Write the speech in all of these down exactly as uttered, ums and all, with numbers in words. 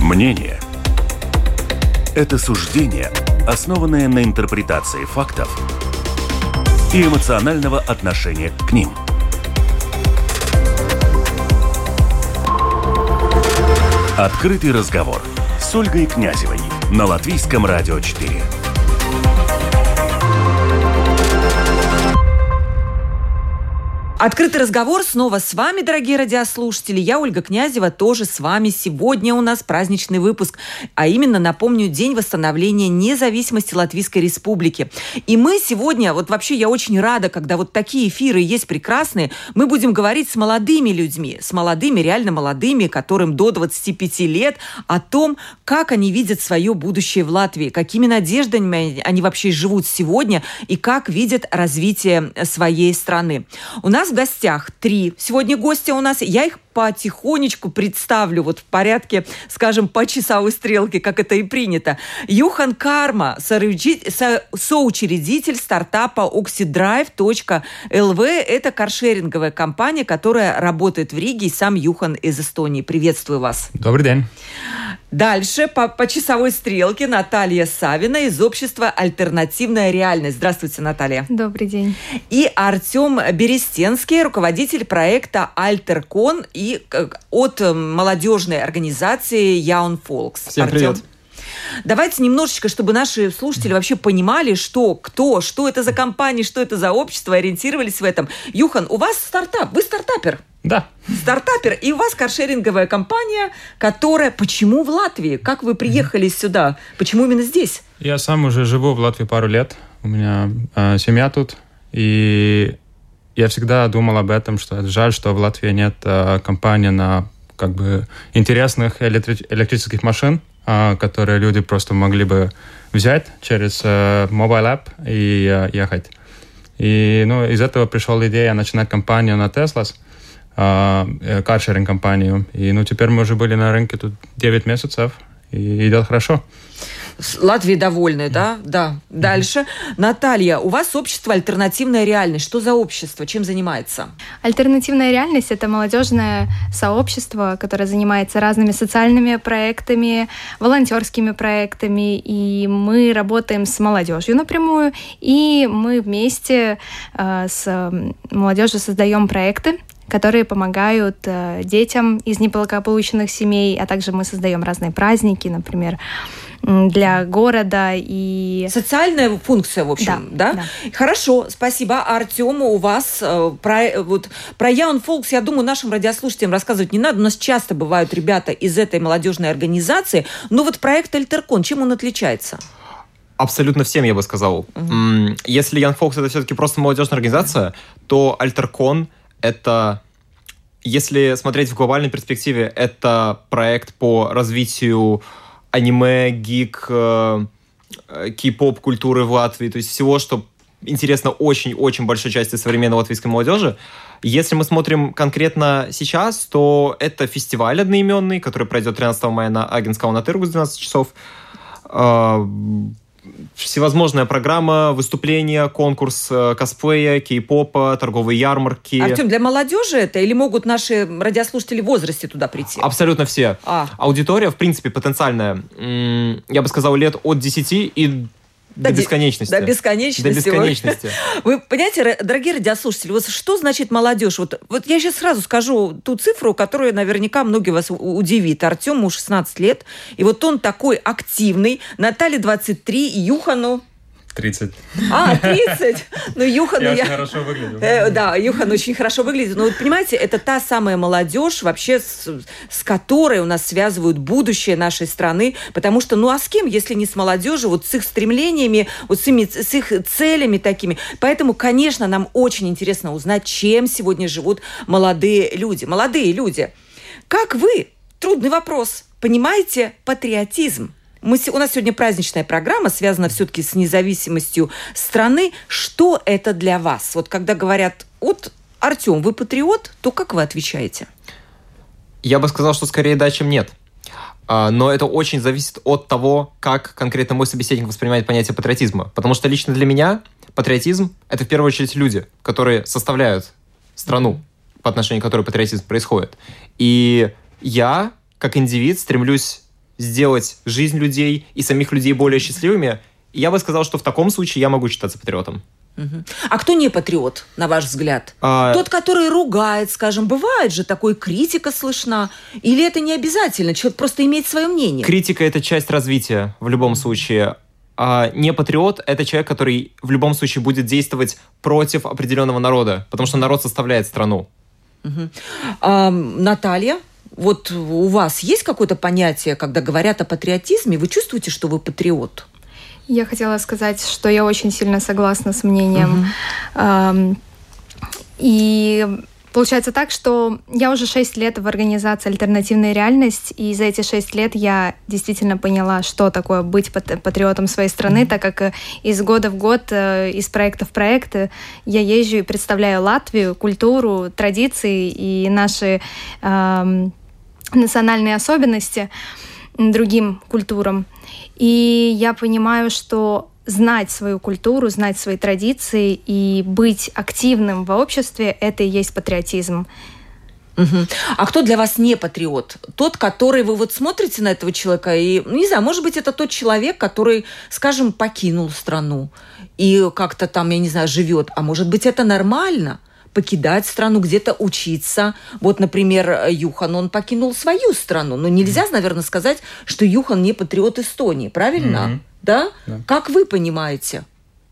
Мнение – это суждение, основанное на интерпретации фактов и эмоционального отношения к ним. Открытый разговор с Ольгой Князевой на Латвийском радио четыре. Открытый разговор снова с вами, дорогие радиослушатели. Я, Ольга Князева, тоже с вами. Сегодня у нас праздничный выпуск, а именно, напомню, День восстановления независимости Латвийской Республики. И мы сегодня, вот вообще я очень рада, когда вот такие эфиры есть прекрасные, мы будем говорить с молодыми людьми, с молодыми, реально молодыми, которым до двадцати пяти лет, о том, как они видят свое будущее в Латвии, какими надеждами они вообще живут сегодня и как видят развитие своей страны. У нас в гостях три сегодня гостя у нас. Я их потихонечку представлю вот в порядке, скажем, по часовой стрелке, как это и принято. Юхан Карма, соучредитель стартапа оксидриve точка эл ви. Это каршеринговая компания, которая работает в Риге. И сам Юхан из Эстонии. Приветствую вас. Добрый день. Дальше по, по часовой стрелке Наталья Савина из общества «Альтернативная реальность». Здравствуйте, Наталья. Добрый день. И Артем Берестенский, руководитель проекта «Альтеркон» и от молодежной организации Young Folks. Всем Артем, привет. Давайте немножечко, чтобы наши слушатели вообще понимали, что, кто, что это за компания, что это за общество, ориентировались в этом. Юхан, у вас стартап, вы стартапер. Да. Стартапер, и у вас каршеринговая компания, которая... Почему в Латвии? Как вы приехали сюда? Почему именно здесь? Я сам уже живу в Латвии пару лет. У меня э, семья тут. И я всегда думал об этом, что это жаль, что в Латвии нет э, компании на как бы интересных электри- электрических машин, э, которые люди просто могли бы взять через э, mobile app и э, ехать. И ну, из этого пришла идея начинать компанию на Teslas, каршеринг-компанию. И ну, теперь мы уже были на рынке тут девять месяцев, и идет хорошо. Латвия довольна, да? Да. Дальше. Наталья, у вас общество «Альтернативная реальность». Что за общество? Чем занимается? «Альтернативная реальность» — это молодежное сообщество, которое занимается разными социальными проектами, волонтерскими проектами. И мы работаем с молодежью напрямую, и мы вместе э, с молодежью создаем проекты, которые помогают э, детям из неблагополучных семей, а также мы создаем разные праздники, например, для города. И... Социальная функция, в общем, да? да? да. Хорошо, спасибо. А Артему, у вас э, про, вот, про Young Folks, я думаю, нашим радиослушателям рассказывать не надо. У нас часто бывают ребята из этой молодежной организации. Но вот проект «Альтеркон», чем он отличается? Абсолютно всем, я бы сказал. Uh-huh. Если Young Folks — это все-таки просто молодежная организация, то «Альтеркон» — это, если смотреть в глобальной перспективе, это проект по развитию аниме, гик, кей-поп культуры в Латвии, то есть всего, что интересно очень-очень большой части современной латвийской молодежи. Если мы смотрим конкретно сейчас, то это фестиваль одноименный, который пройдет тринадцатого мая на Агенскаунатыргу с двенадцати часов. Всевозможная программа, выступления, конкурс косплея, кей-попа, торговые ярмарки. Артем, для молодежи это или могут наши радиослушатели в возрасте туда прийти? Абсолютно все. А. Аудитория, в принципе, потенциальная, я бы сказал, лет от десяти и до, до бесконечности. До бесконечности. До бесконечности. Вы понимаете, дорогие радиослушатели, вот что значит молодежь? Вот, вот я сейчас сразу скажу ту цифру, которая наверняка многие вас удивит. Артему шестнадцать лет, и вот он такой активный. Наталье двадцать три, и Юхану... тридцать. А, тридцать! Ну, Юхан... Я, я очень хорошо выглядел. Э, да, Юхан очень хорошо выглядит. Но, вот, понимаете, это та самая молодежь, вообще с, с которой у нас связывают будущее нашей страны. Потому что, ну, а с кем, если не с молодежью, вот с их стремлениями, вот с, ими, с их целями такими. Поэтому, конечно, нам очень интересно узнать, чем сегодня живут молодые люди. Молодые люди. Как вы? Трудный вопрос. Понимаете патриотизм? Мы, у нас сегодня праздничная программа, связана все-таки с независимостью страны. Что это для вас? Вот когда говорят, вот, Артем, вы патриот, то как вы отвечаете? Я бы сказал, что скорее да, чем нет. Но это очень зависит от того, как конкретно мой собеседник воспринимает понятие патриотизма. Потому что лично для меня патриотизм – это в первую очередь люди, которые составляют страну, по отношению к которой патриотизм происходит. И я, как индивид, стремлюсь сделать жизнь людей и самих людей более счастливыми, я бы сказал, что в таком случае я могу считаться патриотом. Угу. А кто не патриот, на ваш взгляд? А... Тот, который ругает, скажем, бывает же, такой критика слышна. Или это не обязательно? Человек просто имеет свое мнение. Критика – это часть развития в любом случае. А не патриот – это человек, который в любом случае будет действовать против определенного народа, потому что народ составляет страну. Угу. А, Наталья, вот у вас есть какое-то понятие, когда говорят о патриотизме, вы чувствуете, что вы патриот? Я хотела сказать, что я очень сильно согласна с мнением. Uh-huh. И получается так, что я уже шесть лет в организации «Альтернативная реальность», и за эти шесть лет я действительно поняла, что такое быть патриотом своей страны, uh-huh. так как из года в год, из проекта в проект я езжу и представляю Латвию, культуру, традиции и наши э, национальные особенности другим культурам. И я понимаю, что знать свою культуру, знать свои традиции и быть активным в обществе – это и есть патриотизм. Угу. А кто для вас не патриот? Тот, который вы вот смотрите на этого человека и, не знаю, может быть, это тот человек, который, скажем, покинул страну и как-то там, я не знаю, живет. А может быть, это нормально? Покидать страну, где-то учиться. Вот, например, Юхан, он покинул свою страну. Но нельзя, наверное, сказать, что Юхан не патриот Эстонии, правильно? Mm-hmm. Да? Да? Как вы понимаете?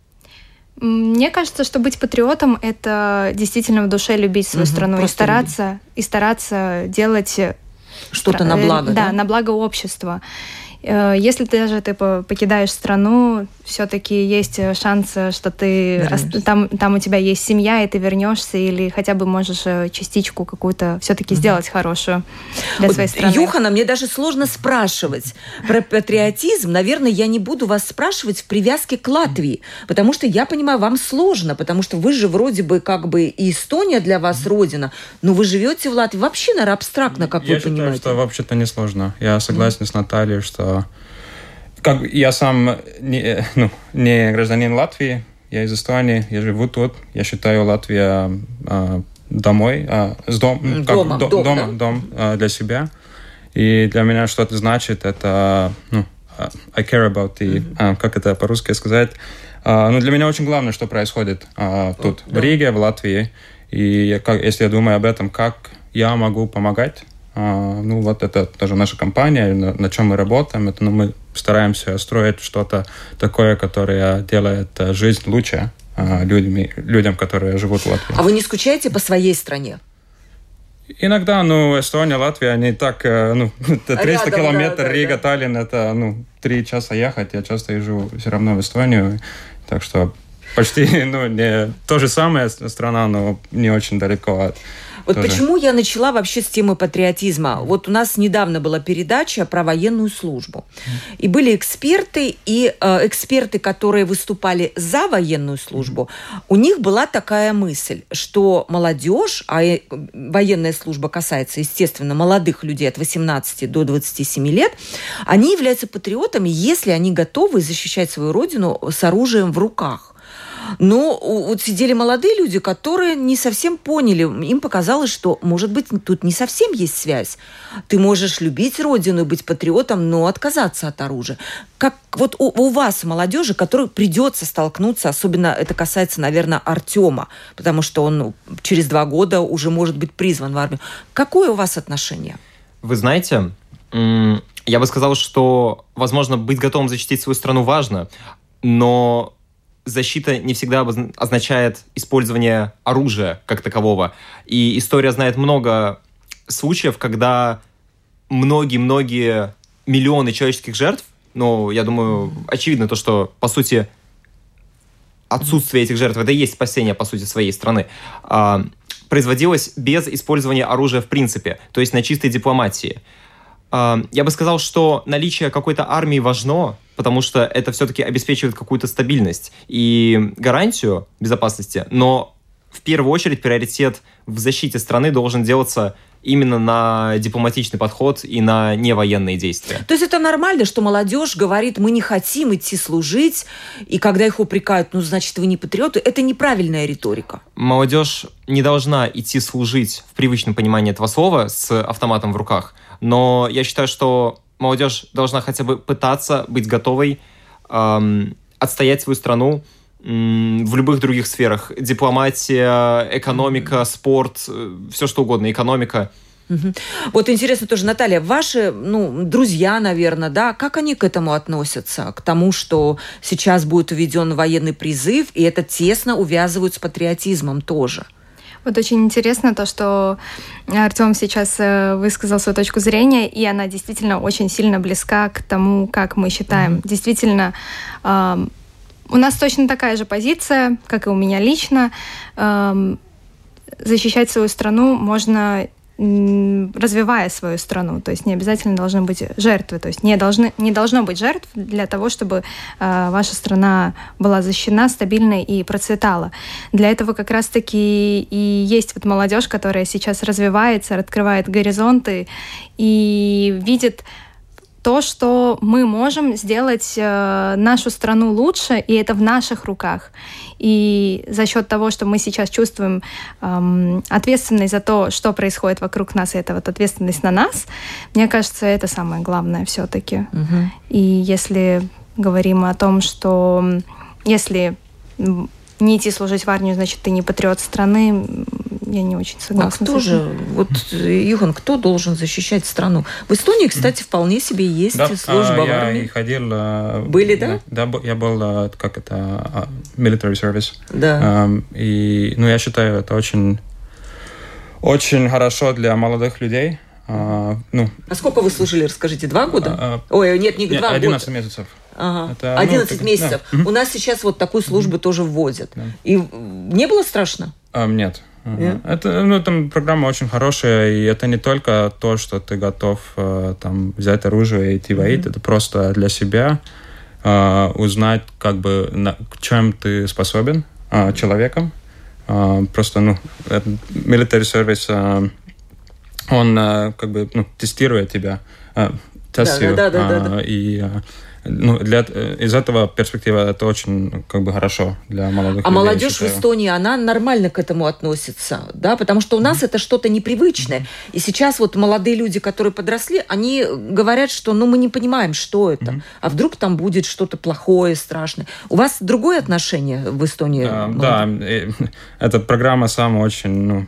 Мне кажется, что быть патриотом – это действительно в душе любить свою mm-hmm. страну и стараться, и стараться делать что-то на благо. Да, да, на благо общества. Если ты даже ты покидаешь страну, все-таки есть шанс, что ты там, там у тебя есть семья, и ты вернешься, или хотя бы можешь частичку какую-то все-таки mm-hmm. сделать хорошую для вот своей страны. Юхана, мне даже сложно спрашивать про патриотизм. Наверное, я не буду вас спрашивать в привязке к Латвии, потому что я понимаю, вам сложно, потому что вы же вроде бы как бы и Эстония для вас родина, но вы живете в Латвии. Вообще, наверное, абстрактно, как я вы считаю, понимаете. Что вообще-то не сложно. Я согласен mm-hmm. с Натальей, что как я сам не, ну, не гражданин Латвии, я из Эстонии, я живу тут. Я считаю Латвия э, домой, э, с дом, как, дома, до, дом, дома, да? дом э, для себя. И для меня что это значит, это ну, I care about the, mm-hmm. э, как это по-русски сказать. Э, ну, для меня очень главное, что происходит э, тут, oh, в Риге, в Латвии. И как, если я думаю об этом, как я могу помогать, Uh, ну, вот это тоже наша компания, на, на чем мы работаем. Это, ну, мы стараемся строить что-то такое, которое делает uh, жизнь лучше uh, людьми, людям, которые живут в Латвии. А вы не скучаете по своей стране? Иногда, ну, Эстония, Латвия, они так, ну, триста Рядом, километров, да, да, Рига, да. Таллин, это, ну, три часа ехать. Я часто езжу все равно в Эстонию, так что почти, ну, не то же самое страна, но не очень далеко от. Вот Тоже. Почему я начала вообще с темы патриотизма? Вот у нас недавно была передача про военную службу. И были эксперты, и э, эксперты, которые выступали за военную службу, у них была такая мысль, что молодежь, а э, военная служба касается, естественно, молодых людей от восемнадцати до двадцати семи лет, они являются патриотами, если они готовы защищать свою родину с оружием в руках. Но вот сидели молодые люди, которые не совсем поняли. Им показалось, что, может быть, тут не совсем есть связь. Ты можешь любить родину и быть патриотом, но отказаться от оружия. Как вот у, у вас, молодежи, которой придется столкнуться, особенно это касается, наверное, Артема, потому что он ну, через два года уже может быть призван в армию. Какое у вас отношение? Вы знаете, я бы сказал, что, возможно, быть готовым защитить свою страну важно, но защита не всегда означает использование оружия как такового. И история знает много случаев, когда многие-многие миллионы человеческих жертв, ну, я думаю, очевидно то, что, по сути, отсутствие этих жертв, это и есть спасение, по сути, своей страны, производилось без использования оружия в принципе, то есть на чистой дипломатии. Я бы сказал, что наличие какой-то армии важно, потому что это все-таки обеспечивает какую-то стабильность и гарантию безопасности, но в первую очередь приоритет в защите страны должен делаться именно на дипломатичный подход и на невоенные действия. То есть это нормально, что молодежь говорит, мы не хотим идти служить, и когда их упрекают, ну, значит, вы не патриоты, это неправильная риторика. Молодежь не должна идти служить в привычном понимании этого слова с автоматом в руках, но я считаю, что молодежь должна хотя бы пытаться быть готовой эм, отстоять свою страну м, в любых других сферах. Дипломатия, экономика, спорт, все что угодно, экономика. Угу. Вот интересно тоже, Наталья, ваши, ну, друзья, наверное, да, как они к этому относятся? К тому, что сейчас будет введен военный призыв, и это тесно увязывают с патриотизмом тоже. Вот очень интересно то, что Артем сейчас высказал свою точку зрения, и она действительно очень сильно близка к тому, как мы считаем. Mm-hmm. Действительно, э, у нас точно такая же позиция, как и у меня лично. Э, защищать свою страну можно, развивая свою страну, то есть не обязательно должны быть жертвы, то есть не, должны, не должно быть жертв для того, чтобы э, ваша страна была защищена, стабильной и процветала. Для этого как раз-таки и есть вот молодежь, которая сейчас развивается, открывает горизонты и видит то, что мы можем сделать э, нашу страну лучше, и это в наших руках. И за счет того, что мы сейчас чувствуем эм, ответственность за то, что происходит вокруг нас, и эта вот ответственность на нас, мне кажется, это самое главное все-таки. Угу. И если говорим о том, что если не идти служить в армию, значит, ты не патриот страны, я не очень согласна. А кто же, вот, Юхан, кто должен защищать страну? В Эстонии, кстати, вполне себе есть да, служба в я армии. Я ходил... Были, да? Да, я был, как это, military service. Да. И, ну, я считаю, это очень, очень хорошо для молодых людей. А, ну, а сколько вы служили, расскажите, два года? А, Ой, нет, не нет, два года. одиннадцать месяцев. Ага. Это, одиннадцать ну, месяцев. Да. У нас сейчас вот такую службу mm-hmm. тоже вводят. Да. И не было страшно? А, нет. Yeah. Это, ну, там программа очень хорошая, и это не только то, что ты готов там, взять оружие и идти воевать, mm-hmm. это просто для себя uh, узнать, как бы, на, к чем ты способен uh, человеком. Uh, просто, ну, military service, uh, он uh, как бы, ну, тестирует тебя, uh, тестирует, да, да, да, да, да. и uh, ну, для, из этого перспектива это очень как бы хорошо для молодых а людей. А молодежь в Эстонии, она нормально к этому относится, да, потому что у нас mm-hmm. это что-то непривычное. Mm-hmm. И сейчас вот молодые люди, которые подросли, они говорят, что ну мы не понимаем, что это, mm-hmm. а вдруг там будет что-то плохое, страшное. У вас другое отношение в Эстонии? Uh, да, эта программа сама очень ну,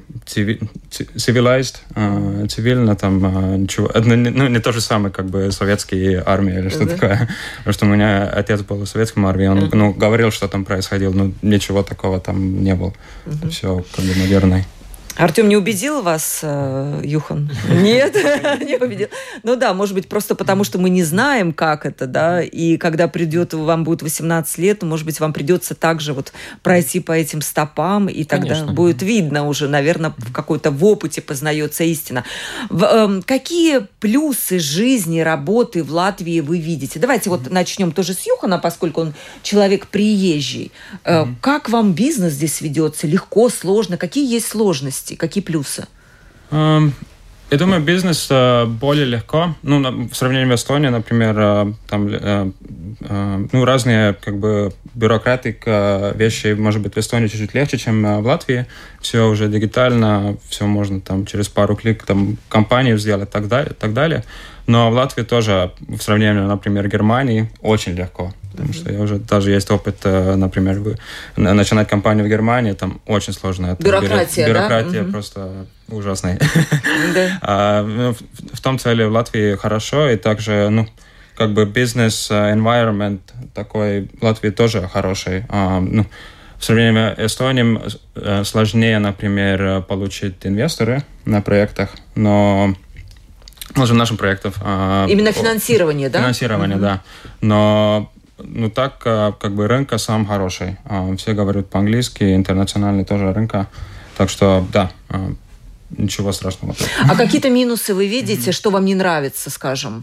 civilized, uh, цивильно, там uh, ничего, ну, не то же самое, как бы советские армии или что-то mm-hmm. такое. Потому что у меня отец был в советском армии, он uh-huh. ну, говорил, что там происходило, но ничего такого там не было. Uh-huh. Все как бы модерное. Артем не убедил вас, Юхан? Нет, не убедил. Ну да, может быть, просто потому, что мы не знаем, как это, да, и когда придет, вам будет восемнадцать лет, может быть, вам придется также вот пройти по этим стопам, и тогда Конечно. Будет видно уже, наверное, в какой-то в опыте познается истина. В, э, какие плюсы жизни, работы в Латвии вы видите? Давайте вот начнем тоже с Юхана, поскольку он человек приезжий. Э, mm-hmm. Как вам бизнес здесь ведется? Легко, сложно? Какие есть сложности? Какие плюсы? Um, я думаю, бизнес uh, более легко. Ну, на, в сравнении с Эстонией, например, uh, там uh, uh, ну, разные как бы бюрократика вещи, может быть, в Эстонии чуть-чуть легче, чем uh, в Латвии. Все уже дигитально, все можно там через пару кликов там компанию сделать и так далее, так далее. Но в Латвии тоже, в сравнении, например, Германии, очень легко. Потому что я уже даже есть опыт, например, начинать компанию в Германии, там очень сложно. Это бюрократия, бюро... Бюрократия да? просто ужасная. Да. а, ну, в, в том целе в Латвии хорошо, и также, ну, как бы бизнес-environment такой в Латвии тоже хороший. А, ну, в сравнении с Эстонией сложнее, например, получить инвесторы на проектах, но... Может, нашим проектов. Именно финансирование, да? Финансирование, mm-hmm. да. Но ну, так, как бы рынок сам хороший. Все говорят по-английски, интернациональный тоже рынок. Так что, да, ничего страшного. А какие-то минусы вы видите, mm-hmm. что вам не нравится, скажем?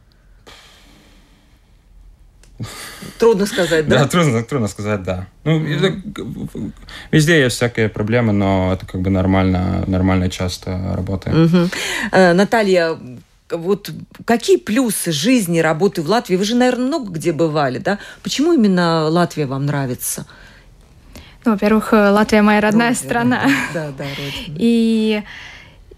Трудно сказать, да? Да, трудно, трудно сказать, да. Ну, mm-hmm. везде есть всякие проблемы, но это как бы нормально, нормальная часть работы. Mm-hmm. Uh, Наталья, вот какие плюсы жизни, работы в Латвии? Вы же, наверное, много где бывали, да? Почему именно Латвия вам нравится? Ну, во-первых, Латвия моя родная родина, страна. Да, да, родина. И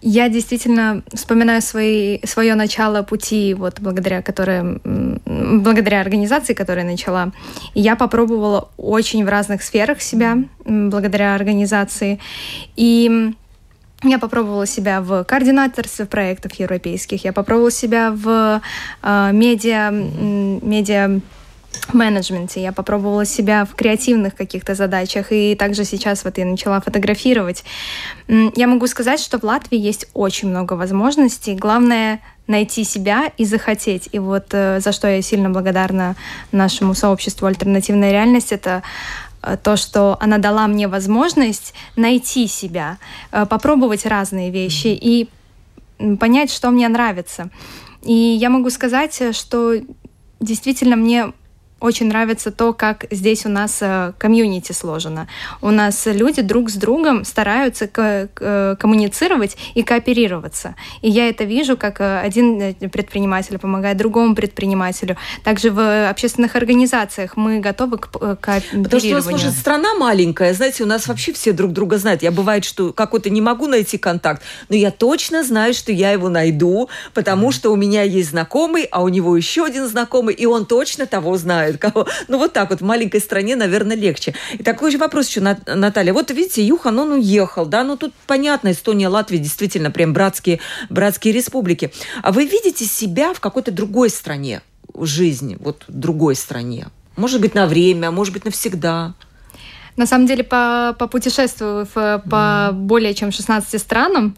Я действительно вспоминаю свои, свое начало пути, вот благодаря, которой, благодаря организации, которую я начала. Я попробовала очень в разных сферах себя благодаря организации. И я попробовала себя в координаторстве проектов европейских, я попробовала себя в э, медиа, медиа менеджменте, я попробовала себя в креативных каких-то задачах, и также сейчас вот я начала фотографировать. Я могу сказать, что в Латвии есть очень много возможностей. Главное — найти себя и захотеть. И вот э, за что я сильно благодарна нашему сообществу «Альтернативная реальность» — это то, что она дала мне возможность найти себя, э, попробовать разные вещи и понять, что мне нравится. И я могу сказать, что действительно мне очень нравится то, как здесь у нас комьюнити сложено. У нас люди друг с другом стараются к- к- коммуницировать и кооперироваться. И я это вижу, как один предприниматель помогает другому предпринимателю. Также в общественных организациях мы готовы к кооперированию. Потому что у нас, может, страна маленькая, знаете, у нас вообще все друг друга знают. Я бывает, что какой-то не могу найти контакт, но я точно знаю, что я его найду, потому mm-hmm. что у меня есть знакомый, а у него еще один знакомый, и он точно того знает. Кого. Ну, вот так вот, в маленькой стране, наверное, легче. И такой же вопрос еще, Наталья. Вот, видите, Юхан, он уехал, да, ну, тут понятно, Эстония, Латвия, действительно, прям братские, братские республики. А вы видите себя в какой-то другой стране жизни, вот в другой стране? Может быть, на время, может быть, навсегда? На самом деле, по, по путешествию в, по mm. более чем шестнадцати странам,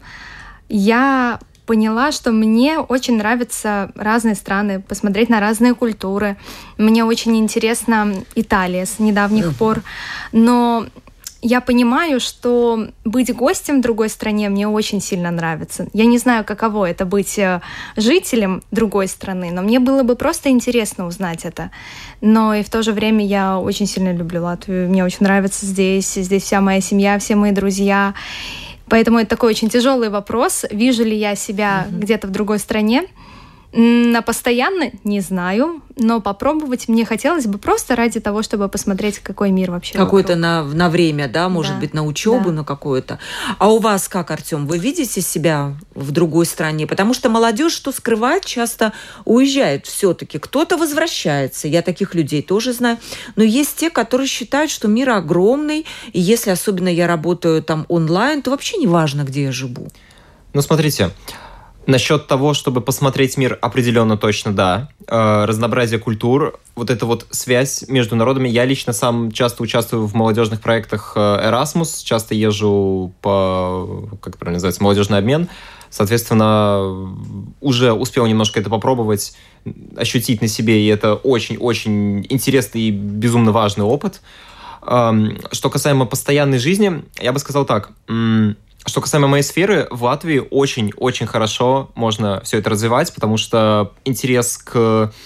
я поняла, что мне очень нравятся разные страны, посмотреть на разные культуры. Мне очень интересна Италия с недавних mm-hmm. пор. Но я понимаю, что быть гостем в другой стране мне очень сильно нравится. Я не знаю, каково это быть жителем другой страны, но мне было бы просто интересно узнать это. Но и в то же время я очень сильно люблю Латвию. Мне очень нравится здесь. Здесь вся моя семья, все мои друзья. Поэтому это такой очень тяжелый вопрос. Вижу ли я себя mm-hmm. где-то в другой стране? На постоянно не знаю, но попробовать мне хотелось бы просто ради того, чтобы посмотреть, какой мир вообще какой-то на, на время, да, может да. быть, на учебу, да. на какое-то. А у вас как, Артем, вы видите себя в другой стране? Потому что молодежь, что скрывать, часто уезжает все-таки. Кто-то возвращается, я таких людей тоже знаю. Но есть те, которые считают, что мир огромный, и если особенно я работаю там онлайн, то вообще не важно, где я живу. Ну, смотрите, насчет того, чтобы посмотреть мир, определенно точно да. Э, разнообразие культур, вот эта вот связь между народами. Я лично сам часто участвую в молодежных проектах Erasmus, часто езжу по, как правильно называется, молодежный обмен. Соответственно, уже успел немножко это попробовать, ощутить на себе, и это очень-очень интересный и безумно важный опыт. Э, что касаемо постоянной жизни, я бы сказал так. М- Что касаемо моей сферы, в Латвии очень-очень хорошо можно все это развивать, потому что интерес к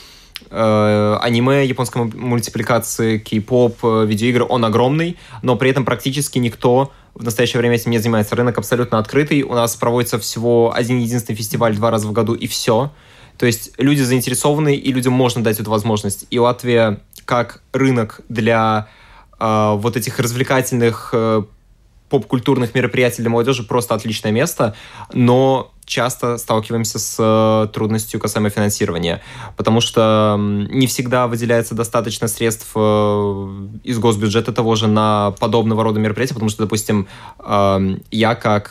э, аниме, японской мультипликации, кей-поп, видеоигры, он огромный, но при этом практически никто в настоящее время этим не занимается. Рынок абсолютно открытый, у нас проводится всего один-единственный фестиваль два раза в году, и все. То есть люди заинтересованы, и людям можно дать эту возможность. И Латвия как рынок для э, вот этих развлекательных э, поп-культурных мероприятий для молодежи просто отличное место, но часто сталкиваемся с трудностью касаемо финансирования, потому что не всегда выделяется достаточно средств из госбюджета того же на подобного рода мероприятия, потому что, допустим, я как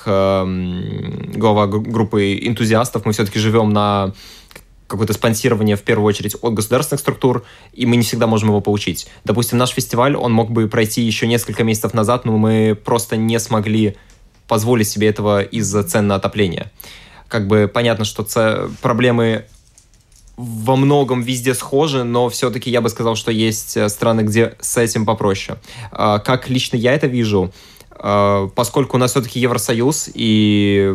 глава группы энтузиастов, мы все-таки живем на какое-то спонсирование, в первую очередь, от государственных структур, и мы не всегда можем его получить. Допустим, наш фестиваль, он мог бы пройти еще несколько месяцев назад, но мы просто не смогли позволить себе этого из-за цен на отопление. Как бы понятно, что ц... проблемы во многом везде схожи, но все-таки я бы сказал, что есть страны, где с этим попроще. Как лично я это вижу, поскольку у нас все-таки Евросоюз, и,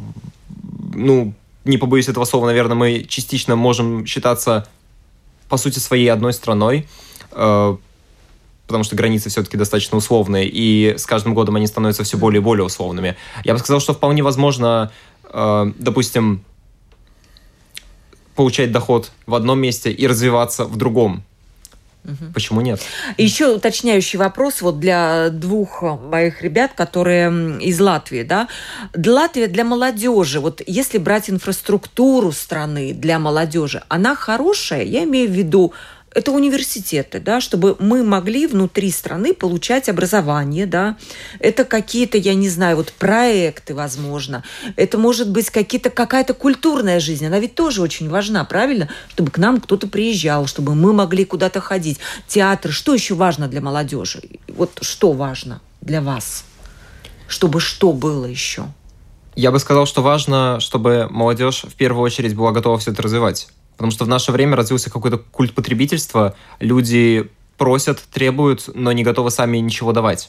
ну, не побоюсь этого слова, наверное, мы частично можем считаться, по сути, своей одной страной, э, потому что границы все-таки достаточно условные, и с каждым годом они становятся все более и более условными. Я бы сказал, что вполне возможно, э, допустим, получать доход в одном месте и развиваться в другом. Угу. Почему нет? Еще уточняющий вопрос вот для двух моих ребят, которые из Латвии, да. Латвия для молодежи, вот если брать инфраструктуру страны для молодежи, она хорошая, я имею в виду, это университеты, да, чтобы мы могли внутри страны получать образование, да. Это какие-то, я не знаю, вот проекты, возможно. Это может быть какие-то, какая-то культурная жизнь. Она ведь тоже очень важна, правильно? Чтобы к нам кто-то приезжал, чтобы мы могли куда-то ходить. Театр. Что еще важно для молодежи? Вот что важно для вас? Чтобы что было еще? Я бы сказал, что важно, чтобы молодежь в первую очередь была готова все это развивать. Потому что в наше время развился какой-то культ потребительства. Люди просят, требуют, но не готовы сами ничего давать.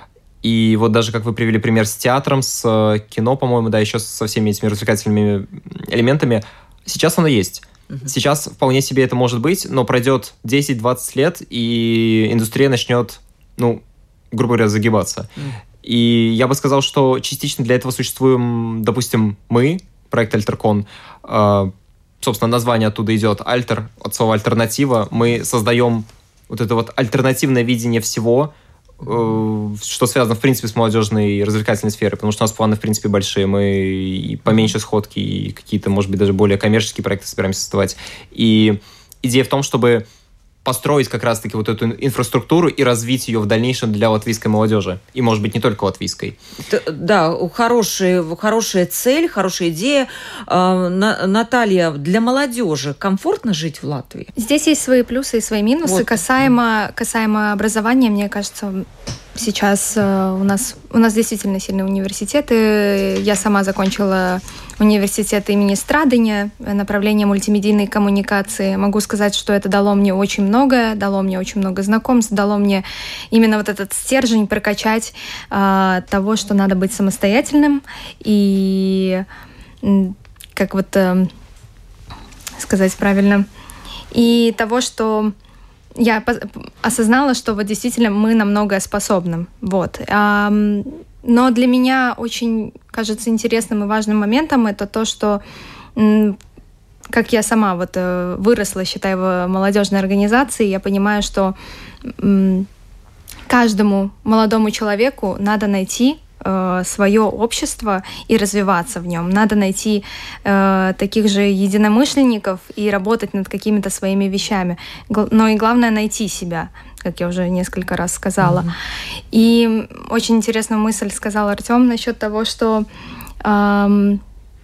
И вот даже как вы привели пример с театром, с кино, по-моему, да, еще со всеми этими развлекательными элементами, сейчас оно есть. Uh-huh. Сейчас вполне себе это может быть, но пройдет десять-двадцать лет, и индустрия начнет, ну, грубо говоря, загибаться. Uh-huh. И я бы сказал, что частично для этого существуем, допустим, мы, проект Альтеркон. Собственно, название оттуда идет «альтер», от слова «альтернатива». Мы создаем вот это вот альтернативное видение всего, э, что связано, в принципе, с молодежной и развлекательной сферой, потому что у нас планы, в принципе, большие. Мы и поменьше сходки, и какие-то, может быть, даже более коммерческие проекты собираемся создавать. И идея в том, чтобы построить как раз-таки вот эту инфраструктуру и развить ее в дальнейшем для латвийской молодежи. И, может быть, не только латвийской. Да, хорошая, хорошая цель, хорошая идея. Наталья, для молодежи комфортно жить в Латвии? Здесь есть свои плюсы и свои минусы. Вот. Касаемо, касаемо образования, мне кажется, сейчас у нас, у нас действительно сильные университеты. Я сама закончила университет имени Страдыня, направление мультимедийной коммуникации. Могу сказать, что это дало мне очень многое, дало мне очень много знакомств, дало мне именно вот этот стержень прокачать э, того, что надо быть самостоятельным и, как вот э, сказать правильно, и того, что я осознала, что вот действительно мы на многое способны. Вот. Но для меня очень, кажется, интересным и важным моментом это то, что как я сама вот выросла, считаю, в молодежной организации, я понимаю, что каждому молодому человеку надо найти свое общество и развиваться в нем. Надо найти э, таких же единомышленников и работать над какими-то своими вещами. Но и главное найти себя, как я уже несколько раз сказала. Mm-hmm. И очень интересную мысль сказал Артем насчет того, что э,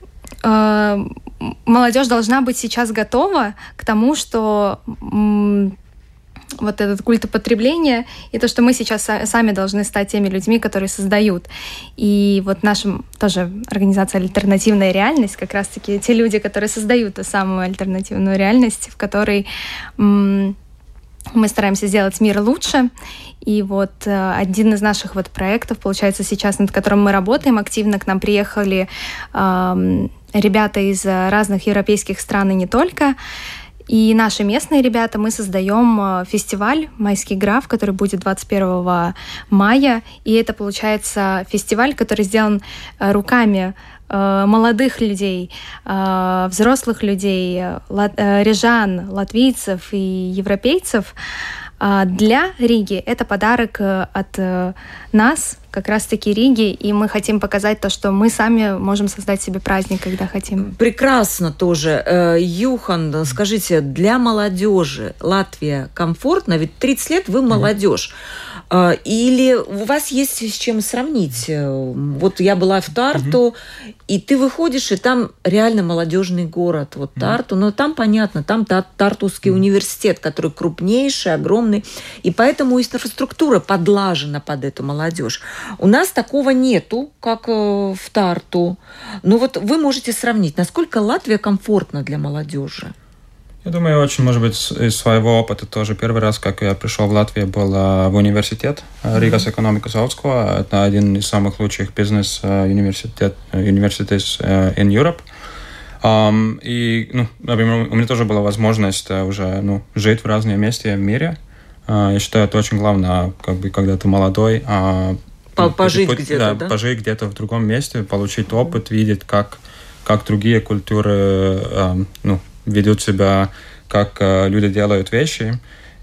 э, молодежь должна быть сейчас готова к тому, что э, вот этот культ употребления, и то, что мы сейчас сами должны стать теми людьми, которые создают. И вот наша тоже организация «Альтернативная реальность», как раз-таки те люди, которые создают ту самую альтернативную реальность, в которой м- мы стараемся сделать мир лучше. И вот э, один из наших вот проектов, получается, сейчас, над которым мы работаем активно, к нам приехали э, ребята из разных европейских стран и не только. И наши местные ребята, мы создаем фестиваль «Майский граф», который будет двадцать первого мая. И это, получается, фестиваль, который сделан руками молодых людей, взрослых людей, рижан, латвийцев и европейцев. Для Риги это подарок от нас, как раз-таки Риги, и мы хотим показать то, что мы сами можем создать себе праздник, когда хотим. Прекрасно тоже. Юхан, скажите, для молодежи Латвия комфортна? Ведь тридцать лет вы молодежь. Или у вас есть с чем сравнить? Вот я была в Тарту, mm-hmm. и ты выходишь, и там реально молодежный город. Вот Тарту, mm-hmm. но там понятно, там Тартусский mm-hmm. университет, который крупнейший, огромный, и поэтому инфраструктура подлажена под эту молодежь. У нас такого нету, как в Тарту. Но вот вы можете сравнить, насколько Латвия комфортна для молодежи? Я думаю, очень, может быть, из своего опыта тоже. Первый раз, как я пришел в Латвию, был в университет Риgas Ekonomikas Augstskola. Это один из самых лучших бизнес-университетов in Europe. Um, и, ну, например, у меня тоже была возможность уже ну, жить в разные места в мире. Uh, я считаю, это очень главное, как бы, когда ты молодой. Uh, пожить путь, где-то, да, да? Пожить где-то в другом месте, получить опыт, видеть, как, как другие культуры uh, ну, ведут себя, как uh, люди делают вещи.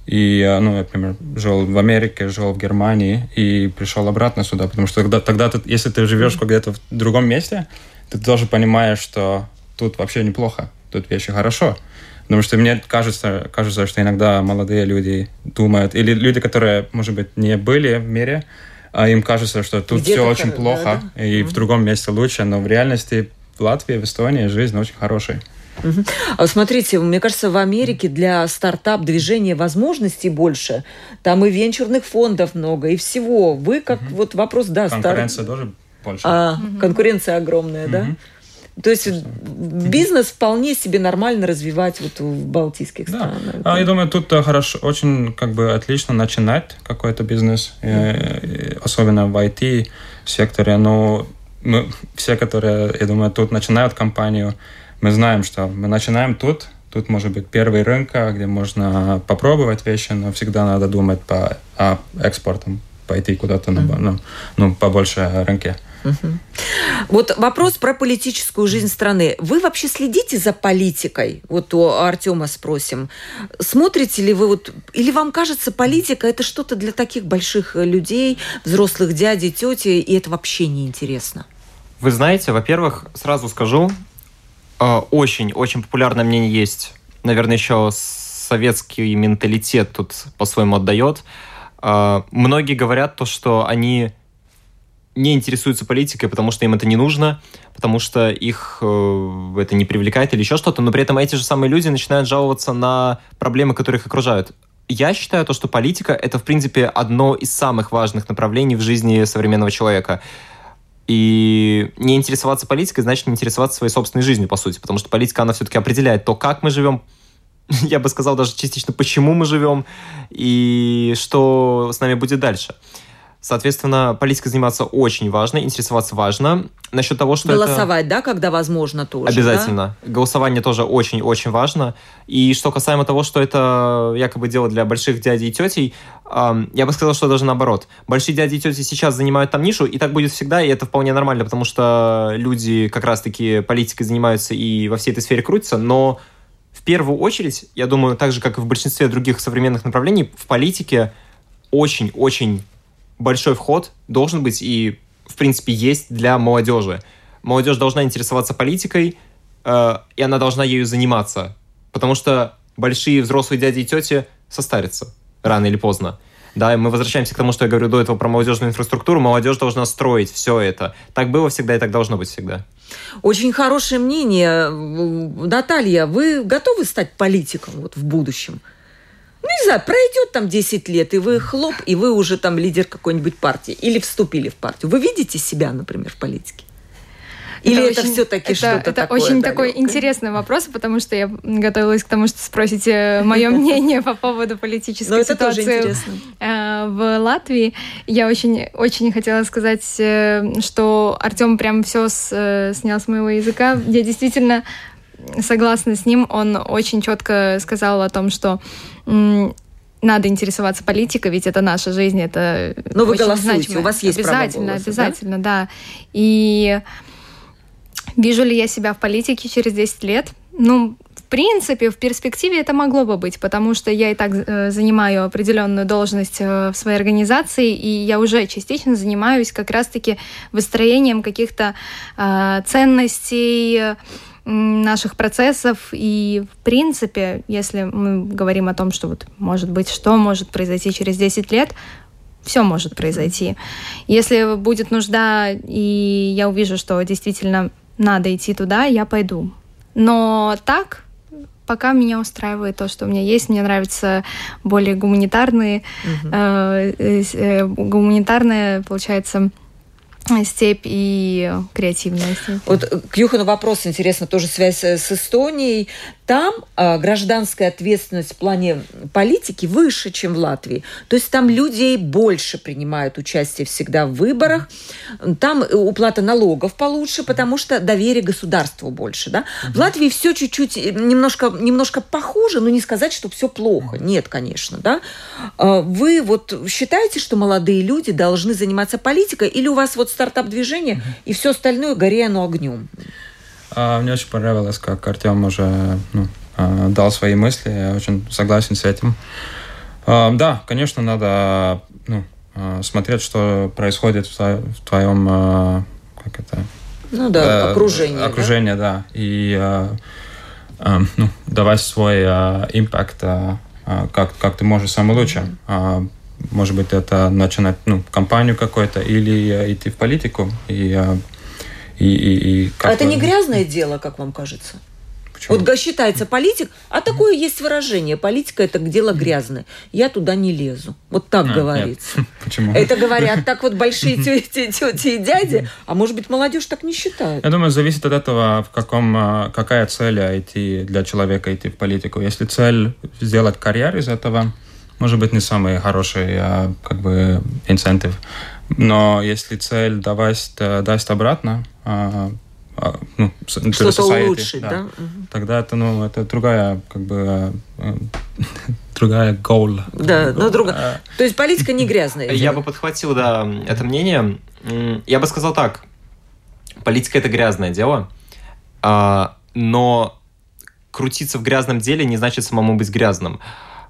И, ну, я, например, жил в Америке, жил в Германии и пришел обратно сюда, потому что тогда, тогда ты, если ты живешь mm-hmm. где-то в другом месте, ты тоже понимаешь, что тут вообще неплохо, тут вещи хорошо. Потому что мне кажется, кажется, что иногда молодые люди думают, или люди, которые, может быть, не были в мире, а им кажется, что тут где-то все очень хор... плохо, да, да. и mm-hmm. в другом месте лучше, но в реальности в Латвии, в Эстонии жизнь очень хорошая. Угу. А смотрите, мне кажется, в Америке для стартап-движения возможностей больше. Там и венчурных фондов много, и всего. Вы как угу. вот вопрос, да, конкуренция стар... тоже больше. А, угу. Конкуренция огромная, угу. да? То есть угу. бизнес вполне себе нормально развивать вот в балтийских да. странах. А, я думаю, тут хорошо, очень как бы отлично начинать какой-то бизнес, угу. э, особенно в ай ти-секторе. Но мы, все, которые, я думаю, тут начинают компанию, мы знаем, что мы начинаем тут. Тут может быть первый рынок, где можно попробовать вещи, но всегда надо думать по а, экспортам, пойти куда-то на, mm-hmm. ну, ну, побольше рынке. Mm-hmm. Вот вопрос про политическую жизнь страны. Вы вообще следите за политикой? Вот у Артема спросим. Смотрите ли вы вот, или вам кажется, политика это что-то для таких больших людей, взрослых дядей, тети, и это вообще неинтересно? Вы знаете, во-первых, сразу скажу, очень-очень популярное мнение есть. Наверное, еще советский менталитет тут по-своему отдает. Многие говорят то, что они не интересуются политикой, потому что им это не нужно, потому что их это не привлекает или еще что-то, но при этом эти же самые люди начинают жаловаться на проблемы, которые их окружают. Я считаю то, что политика — это, в принципе, одно из самых важных направлений в жизни современного человека. И не интересоваться политикой значит не интересоваться своей собственной жизнью, по сути, потому что политика, она все-таки определяет то, как мы живем, я бы сказал даже частично, почему мы живем и что с нами будет дальше. Соответственно, политикой заниматься очень важно, интересоваться важно. Насчет того, что Голосовать, это... да, когда возможно тоже. Обязательно. Да? Голосование тоже очень-очень важно. И что касаемо того, что это якобы дело для больших дядей и тетей, эм, я бы сказал, что даже наоборот. Большие дяди и тети сейчас занимают там нишу, и так будет всегда, и это вполне нормально, потому что люди как раз-таки политикой занимаются и во всей этой сфере крутятся, но в первую очередь, я думаю, так же, как и в большинстве других современных направлений, в политике очень-очень большой вход должен быть и, в принципе, есть для молодежи. Молодежь должна интересоваться политикой, э, и она должна ею заниматься, потому что большие взрослые дяди и тети состарятся рано или поздно. Да, и мы возвращаемся к тому, что я говорю до этого про молодежную инфраструктуру. Молодежь должна строить все это. Так было всегда и так должно быть всегда. Очень хорошее мнение. Наталья, вы готовы стать политиком вот в будущем? Ну, не знаю, пройдет там десять лет, и вы хлоп, и вы уже там лидер какой-нибудь партии. Или вступили в партию. Вы видите себя, например, в политике? Или это, это очень, все-таки что-то это такое? Это очень далекое? Такой интересный вопрос, потому что я готовилась к тому, что спросите мое мнение по поводу политической ситуации в Латвии. Я очень, очень хотела сказать, что Артем прям все снял с моего языка. Я действительно согласна с ним. Он очень четко сказал о том, что надо интересоваться политикой, ведь это наша жизнь, это Но вы очень голосуете, значимо. У вас есть обязательно, право голоса, обязательно, да? да. И вижу ли я себя в политике через десять лет? Ну, в принципе, в перспективе это могло бы быть, потому что я и так э, занимаю определенную должность э, в своей организации, и я уже частично занимаюсь как раз-таки выстроением каких-то э, ценностей, наших процессов, и в принципе, если мы говорим о том, что вот может быть, что может произойти через десять лет, все может произойти. Если будет нужда, и я увижу, что действительно надо идти туда, я пойду. Но так, пока меня устраивает то, что у меня есть, мне нравятся более гуманитарные, угу. э, э, гуманитарная, получается, степь и креативная степь. Вот к Юхану вопрос, интересно, тоже связь с Эстонией. Там э, гражданская ответственность в плане политики выше, чем в Латвии. То есть там людей больше принимают участие всегда в выборах. Там уплата налогов получше, потому что доверие государству больше. Да? Mm-hmm. В Латвии все чуть-чуть, немножко, немножко похуже, но не сказать, что все плохо. Mm-hmm. Нет, конечно. Да? Вы вот считаете, что молодые люди должны заниматься политикой, или у вас вот стартап-движение, mm-hmm. и все остальное горе оно огнем? А, мне очень понравилось, как Артем уже ну, дал свои мысли. Я очень согласен с этим. Uh, да, конечно, надо ну, uh, смотреть, что происходит в, в твоем uh, как это? Ну да, uh, окружении. Окружение, да. да. И uh, uh, ну, давать свой импакт, uh, uh, как, как ты можешь самое лучшее. Uh, может быть, это начинать ну, кампанию какую-то или uh, идти в политику. И, uh, и, и, и а это не грязное дело, как вам кажется? Почему? Вот считается политик, а такое есть выражение. Политика – это дело грязное. Я туда не лезу. Вот так а, говорится. Нет. Почему? Это говорят так вот большие тети, тети и дяди, а может быть, молодежь так не считает. Я думаю, зависит от этого, в каком, какая цель идти для человека идти в политику. Если цель сделать карьеру из этого, может быть, не самый хороший как бы инцентив. Но если цель давать, даст обратно, ну, что-то society, улучшить, да? да? Тогда это, ну, это другая, как бы, э, другая goal. Да, но другая. То есть политика не грязная. Я бы подхватил, да, это мнение. Я бы сказал так. Политика – это грязное дело, но крутиться в грязном деле не значит самому быть грязным.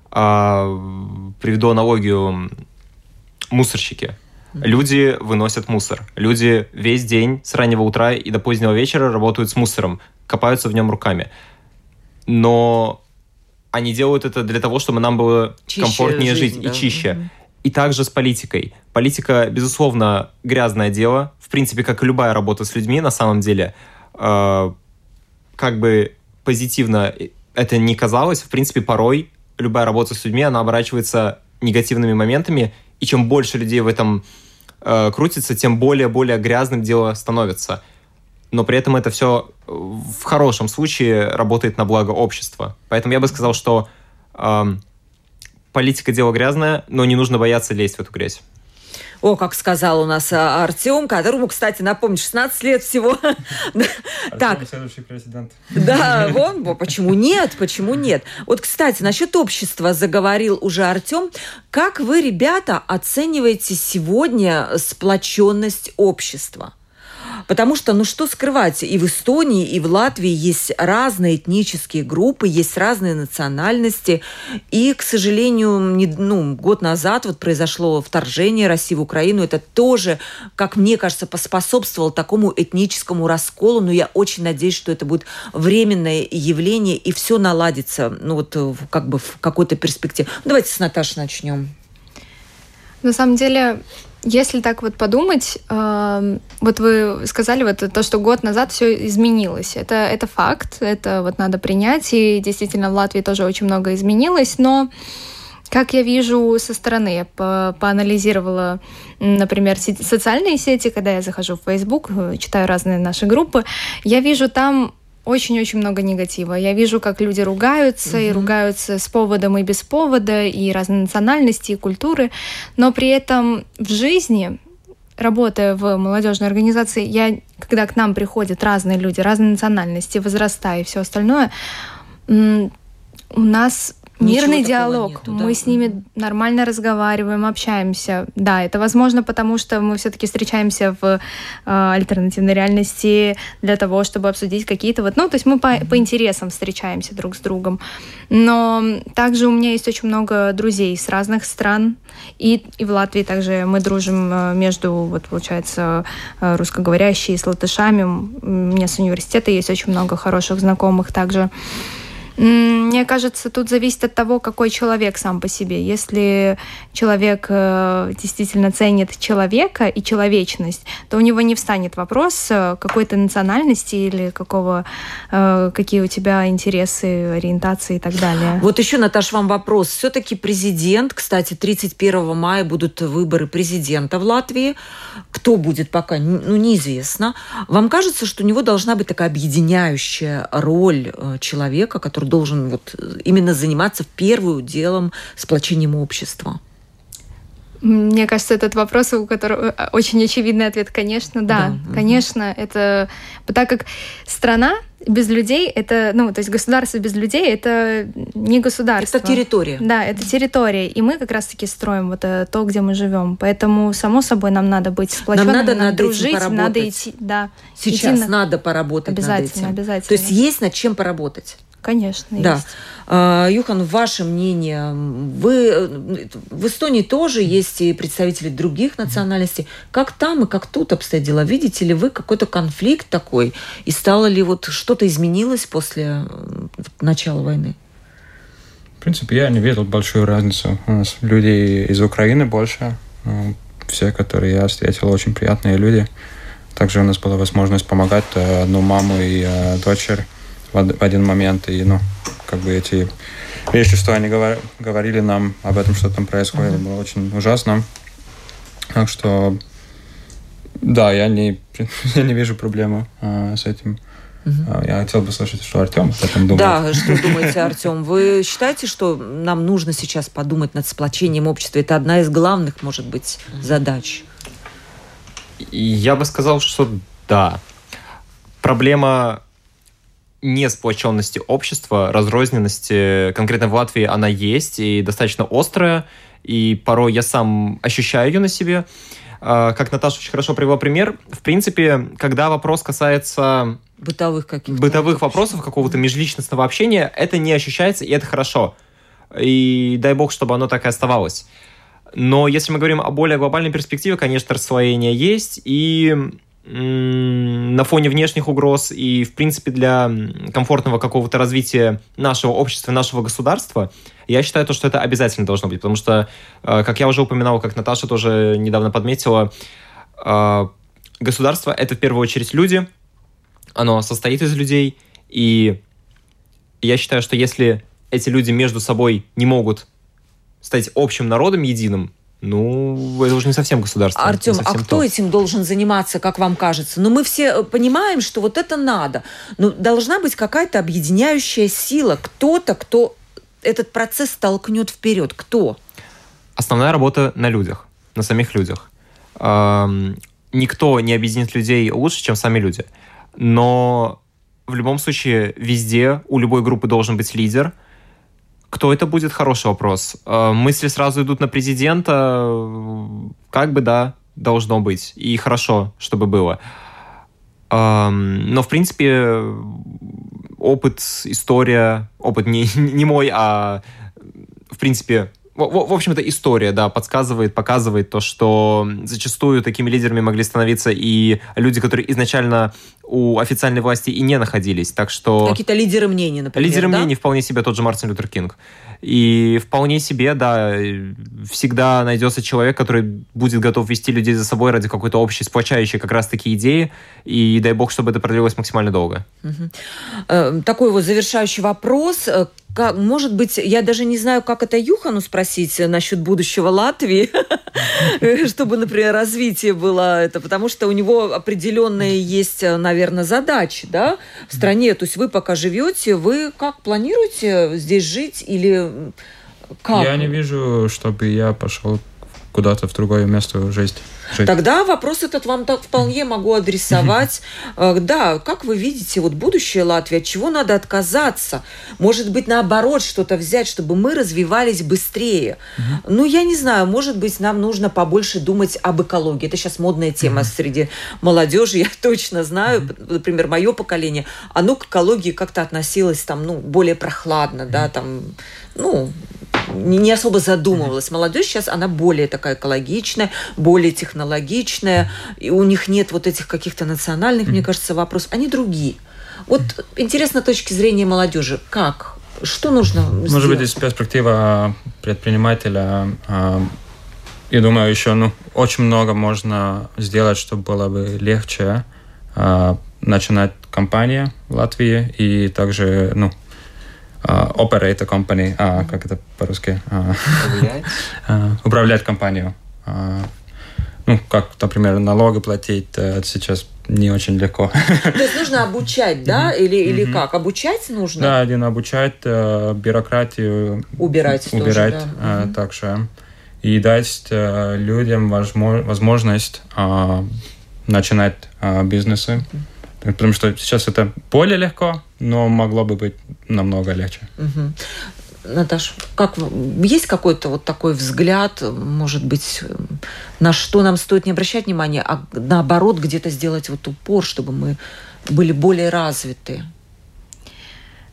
Приведу аналогию. Мусорщики. Люди выносят мусор. Люди весь день с раннего утра и до позднего вечера работают с мусором, копаются в нем руками. Но они делают это для того, чтобы нам было чище комфортнее жизнь, жить да. и чище. Mm-hmm. И также с политикой. Политика, безусловно, грязное дело. В принципе, как и любая работа с людьми, на самом деле, э, как бы позитивно это ни казалось, в принципе, порой любая работа с людьми, она оборачивается негативными моментами. И чем больше людей в этом э, крутится, тем более-более грязным дело становится. Но при этом это все в хорошем случае работает на благо общества. Поэтому я бы сказал, что э, политика – дело грязное, но не нужно бояться лезть в эту грязь. О, как сказал у нас Артем, которому, кстати, напомню, шестнадцать лет всего. Артем следующий президент. Да, вон, почему нет, почему нет. Вот, кстати, насчет общества заговорил уже Артем. Как вы, ребята, оцениваете сегодня сплоченность общества? Потому что, ну что скрывать, и в Эстонии, и в Латвии есть разные этнические группы, есть разные национальности. И, к сожалению, не, ну, год назад вот произошло вторжение России в Украину. Это тоже, как мне кажется, поспособствовало такому этническому расколу. Но я очень надеюсь, что это будет временное явление, и все наладится, ну вот как бы в какой-то перспективе. Ну, давайте с Наташей начнем. На самом деле... Если так вот подумать, э, вот вы сказали вот то, что год назад все изменилось. Это, это факт, это вот надо принять, и действительно в Латвии тоже очень много изменилось, но как я вижу со стороны, я по- поанализировала, например, сети, социальные сети, когда я захожу в Facebook, читаю разные наши группы, я вижу там очень-очень много негатива. Я вижу, как люди ругаются, mm-hmm. и ругаются с поводом и без повода, и разные национальности, и культуры. Но при этом в жизни, работая в молодежной организации, я, когда к нам приходят разные люди, разные национальности, возраста и все остальное, у нас мирный диалог. Нету, да? Мы с ними mm-hmm. нормально разговариваем, общаемся. Да, это возможно, потому что мы все-таки встречаемся в э, альтернативной реальности для того, чтобы обсудить какие-то вот... Ну, то есть мы по, по интересам встречаемся друг с другом. Но также у меня есть очень много друзей с разных стран. И, и в Латвии также мы дружим между, вот, получается, русскоговорящими с латышами. У меня с университета есть очень много хороших знакомых также. Мне кажется, тут зависит от того, какой человек сам по себе. Если человек э, действительно ценит человека и человечность, то у него не встанет вопрос какой-то национальности или какого, э, какие у тебя интересы, ориентации и так далее. Вот еще, Наташ, вам вопрос. Все-таки президент, кстати, тридцать первого мая будут выборы президента в Латвии. Кто будет пока, ну, неизвестно. Вам кажется, что у него должна быть такая объединяющая роль человека, который должен вот именно заниматься первым делом сплочением общества? Мне кажется, этот вопрос, у которого очень очевидный ответ, конечно, да, да. Конечно, угу. это так как страна без людей, это, ну, то есть государство без людей, это не государство. Это территория. Да, это территория, и мы как раз-таки строим вот то, где мы живем. Поэтому, само собой, нам надо быть сплоченными, нам надо, надо над дружить, этим надо идти, да. Сейчас идти надо поработать обязательно, над этим. Обязательно, То есть есть над чем поработать. Конечно, да. есть. Юхан, ваше мнение, вы, в Эстонии тоже есть и представители других национальностей. Как там и как тут обстоят дела? Видите ли вы какой-то конфликт такой? И стало ли вот что-то изменилось после начала войны? В принципе, я не видел большую разницу. У нас люди из Украины больше. Все, которые я встретил, очень приятные люди. Также у нас была возможность помогать одну маму и дочь в один момент. И, ну, как бы эти вещи, что они говорили нам об этом, что там происходит, uh-huh. было очень ужасно. Так что, да, я не, я не вижу проблемы а, с этим. Uh-huh. Я хотел бы слышать, что Артем об этом думает. Да, что думаете, Артем? Вы считаете, что нам нужно сейчас подумать над сплочением общества? Это одна из главных, может быть, задач. Я бы сказал, что да. Проблема несплоченности общества, разрозненности, конкретно в Латвии она есть и достаточно острая, и порой я сам ощущаю ее на себе. Как Наташа очень хорошо привела пример, в принципе, когда вопрос касается бытовых каких-то бытовых вопросов, какого-то межличностного общения, это не ощущается, и это хорошо. И дай бог, чтобы оно так и оставалось. Но если мы говорим о более глобальной перспективе, конечно, расслоение есть, и м- на фоне внешних угроз, и, в принципе, для комфортного какого-то развития нашего общества, нашего государства, я считаю, то, что это обязательно должно быть, потому что, э, как я уже упоминал, как Наташа тоже недавно подметила, э, государство — это в первую очередь люди, оно состоит из людей, и я считаю, что если эти люди между собой не могут стать общим народом единым, ну, это уже не совсем государство. Артем, а кто то. этим должен заниматься, как вам кажется? Ну, мы все понимаем, что вот это надо. Но должна быть какая-то объединяющая сила, кто-то, кто этот процесс толкнет вперед. Кто? Основная работа на людях, на самих людях. Эм, никто не объединит людей лучше, чем сами люди. Но в любом случае везде у любой группы должен быть лидер. Кто это будет? Хороший вопрос. Мысли сразу идут на президента. Как бы, да, должно быть. И хорошо, чтобы было. Но, в принципе, опыт, история... Опыт не, не мой, а, в принципе... В, в общем-то, история, да, подсказывает, показывает то, что зачастую такими лидерами могли становиться и люди, которые изначально у официальной власти и не находились. Так что... Какие-то лидеры мнений, например, Лидеры да? мнений вполне себе тот же Мартин Лютер Кинг. И вполне себе, да, всегда найдется человек, который будет готов вести людей за собой ради какой-то общей, сплочающей как раз-таки идеи. И дай бог, чтобы это продлилось максимально долго. Угу. Такой вот завершающий вопрос. Как, может быть, я даже не знаю, как это Юхану спросить насчет будущего Латвии, чтобы, например, развитие было это, потому что у него определенные есть, наверное, задачи, да, в стране. То есть вы пока живете, вы как планируете здесь жить или как? Я не вижу, чтобы я пошел куда-то в другое место жить. Жить. Тогда вопрос этот вам так вполне могу адресовать. Да, как вы видите, вот будущее Латвии, от чего надо отказаться? Может быть, наоборот, что-то взять, чтобы мы развивались быстрее. Uh-huh. Ну, я не знаю, может быть, нам нужно побольше думать об экологии. Это сейчас модная тема uh-huh. среди молодежи, я точно знаю. Uh-huh. Например, мое поколение, оно к экологии как-то относилось там, ну, более прохладно, uh-huh. да, там, ну... не особо задумывалась. Молодежь сейчас, она более такая экологичная, более технологичная, и у них нет вот этих каких-то национальных, mm-hmm. мне кажется, вопросов. Они другие. Вот интересно, с точки зрения молодежи, как? Что нужно сделать? Может быть, из перспективы предпринимателя, я думаю, еще ну, очень много можно сделать, чтобы было бы легче начинать компанию в Латвии и также, ну, Uh, operator company, uh, как это по-русски? Uh, управлять? uh, управлять компанию. Uh, ну, как, например, налоги платить, это сейчас не очень легко. То есть нужно обучать, да? Или, или mm-hmm. как? Обучать нужно? Да, один обучать, uh, бюрократию убирать, убирать тоже, да. uh, mm-hmm. также. И дать uh, людям возможность uh, начинать uh, бизнесы. Mm-hmm. Потому что сейчас это более легко, но могло бы быть намного легче. Угу. Наташа, как, есть какой-то вот такой взгляд, может быть, на что нам стоит не обращать внимания, а наоборот где-то сделать вот упор, чтобы мы были более развиты?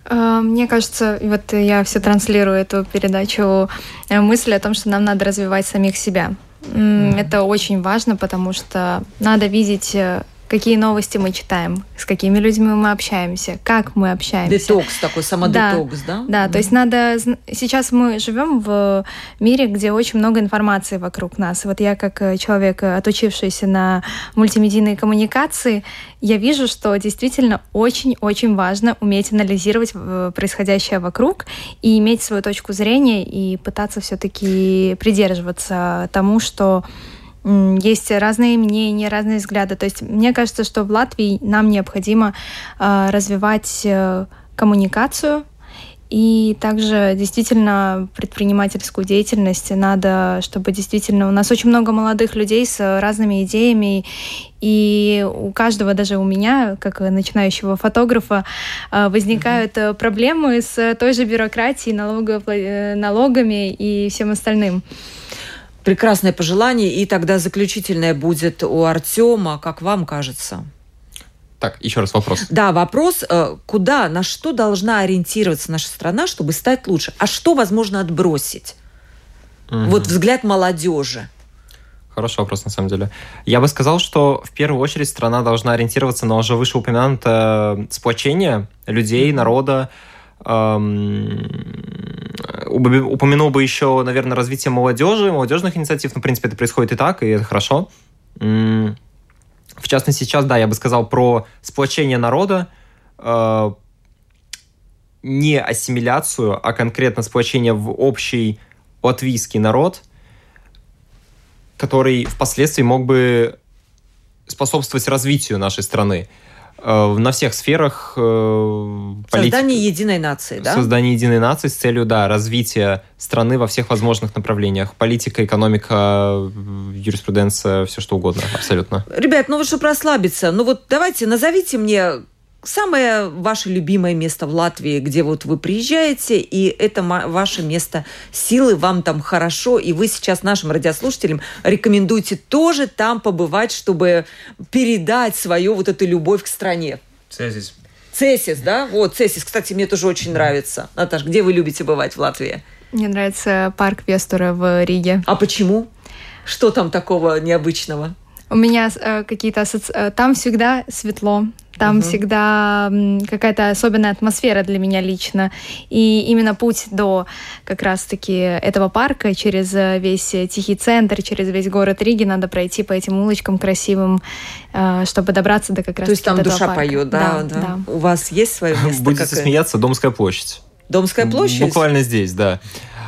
Мне кажется, вот я все транслирую эту передачу, мысль о том, что нам надо развивать самих себя. Mm-hmm. Это очень важно, потому что надо видеть, какие новости мы читаем, с какими людьми мы общаемся, как мы общаемся. Детокс такой, самодетокс, да? Да, да mm-hmm. то есть надо... Сейчас мы живем в мире, где очень много информации вокруг нас. Вот я как человек, отучившийся на мультимедийные коммуникации, я вижу, что действительно очень-очень важно уметь анализировать происходящее вокруг и иметь свою точку зрения и пытаться все-таки придерживаться тому, что есть разные мнения, разные взгляды. То есть мне кажется, что в Латвии нам необходимо э, развивать э, коммуникацию и также действительно предпринимательскую деятельность. Надо, чтобы действительно... У нас очень много молодых людей с разными идеями, и у каждого, даже у меня, как начинающего фотографа, возникают mm-hmm. проблемы с той же бюрократией, налогов, налогами и всем остальным. Прекрасное пожелание, и тогда заключительное будет у Артема, как вам кажется? Так, еще раз вопрос. Да, вопрос, куда, на что должна ориентироваться наша страна, чтобы стать лучше? А что возможно отбросить? Угу. Вот взгляд молодежи. Хороший вопрос, на самом деле. Я бы сказал, что в первую очередь страна должна ориентироваться на уже вышеупомянутое сплочение людей, народа. Упомянул бы еще, наверное, развитие молодежи, молодежных инициатив. Ну, в принципе, это происходит и так, и это хорошо. В частности, сейчас, да, я бы сказал про сплочение народа, не ассимиляцию, а конкретно сплочение в общий латвийский народ, который впоследствии мог бы способствовать развитию нашей страны на всех сферах. Политик... Создание единой нации, да? Создание единой нации с целью, да, развития страны во всех возможных направлениях. Политика, экономика, юриспруденция, все что угодно, абсолютно. Ребят, ну вот чтобы расслабиться, ну вот давайте назовите мне самое ваше любимое место в Латвии, где вот вы приезжаете, и это ваше место силы, вам там хорошо, и вы сейчас нашим радиослушателям рекомендуете тоже там побывать, чтобы передать свою вот эту любовь к стране. Цесис. Цесис, да? Вот, Цесис, кстати, мне тоже очень нравится. Наташ, где вы любите бывать в Латвии? Мне нравится парк Вестура в Риге. А почему? Что там такого необычного? У меня э, какие-то асоци... Там всегда светло. Там угу. всегда какая-то особенная атмосфера для меня лично. И именно путь до как раз-таки этого парка через весь Тихий центр, через весь город Риги надо пройти по этим улочкам красивым, чтобы добраться до как раз-таки. То есть там душа парка. поет, да, да, да? да. У вас есть свое место? Будете какое? смеяться, Домская площадь. Домская площадь? Буквально здесь, да.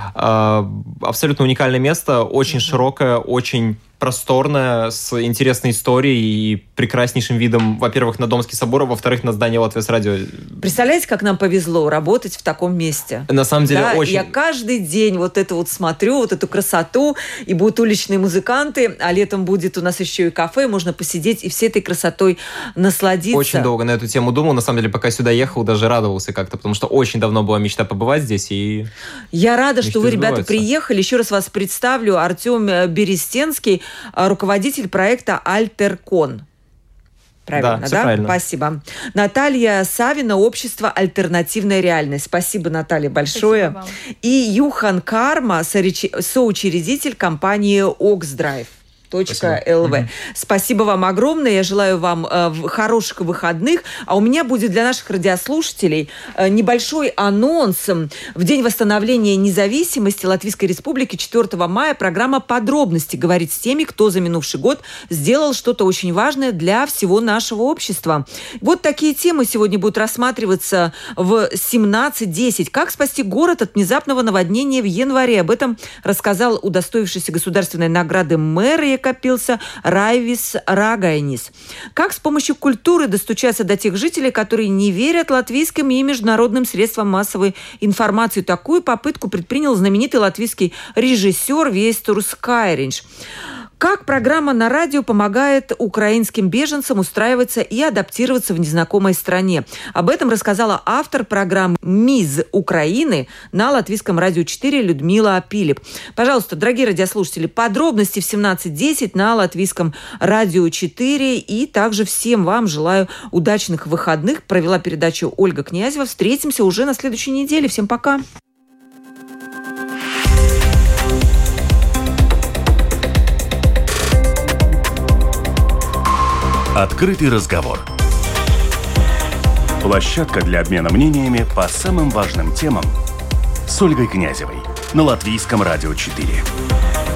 Абсолютно уникальное место, очень mm-hmm. широкое, очень просторное, с интересной историей и прекраснейшим видом, во-первых, на Домский собор, а во-вторых, на здание Латвийс радио. Представляете, как нам повезло работать в таком месте? На самом деле, да, очень. Я каждый день вот это вот смотрю, вот эту красоту, и будут уличные музыканты, а летом будет у нас еще и кафе, можно посидеть и всей этой красотой насладиться. Очень долго на эту тему думал, на самом деле, пока сюда ехал, даже радовался как-то, потому что очень давно была мечта побывать здесь, и... Я рада, что вы, ребята, приехали. Еще раз вас представлю. Артем Берестенский, руководитель проекта «Альтеркон». Правильно, да? да? Правильно. Спасибо. Наталья Савина, общество «Альтернативная реальность». Спасибо, Наталья, большое. И Юхан Карма, соучредитель компании «Оксдрайв». Точка ЛВ. Угу. Спасибо вам огромное. Я желаю вам э, хороших выходных. А у меня будет для наших радиослушателей э, небольшой анонс. В День восстановления независимости Латвийской Республики четвёртого мая программа «Подробности» говорит с теми, кто за минувший год сделал что-то очень важное для всего нашего общества. Вот такие темы сегодня будут рассматриваться в семнадцать десять. Как спасти город от внезапного наводнения в январе? Об этом рассказал удостоившийся государственной награды мэр Копился Райвис Рагайнис. Как с помощью культуры достучаться до тех жителей, которые не верят латвийским и международным средствам массовой информации? Такую попытку предпринял знаменитый латвийский режиссер Вестурс Кайринш. Как программа на радио помогает украинским беженцам устраиваться и адаптироваться в незнакомой стране? Об этом рассказала автор программы «МИЗ Украины» на Латвийском радио четыре Людмила Пилип. Пожалуйста, дорогие радиослушатели, подробности в семнадцать десять на Латвийском радио четыре. И также всем вам желаю удачных выходных. Провела передачу Ольга Князева. Встретимся уже на следующей неделе. Всем пока. Открытый разговор. Площадка для обмена мнениями по самым важным темам с Ольгой Князевой на Латвийском радио четыре.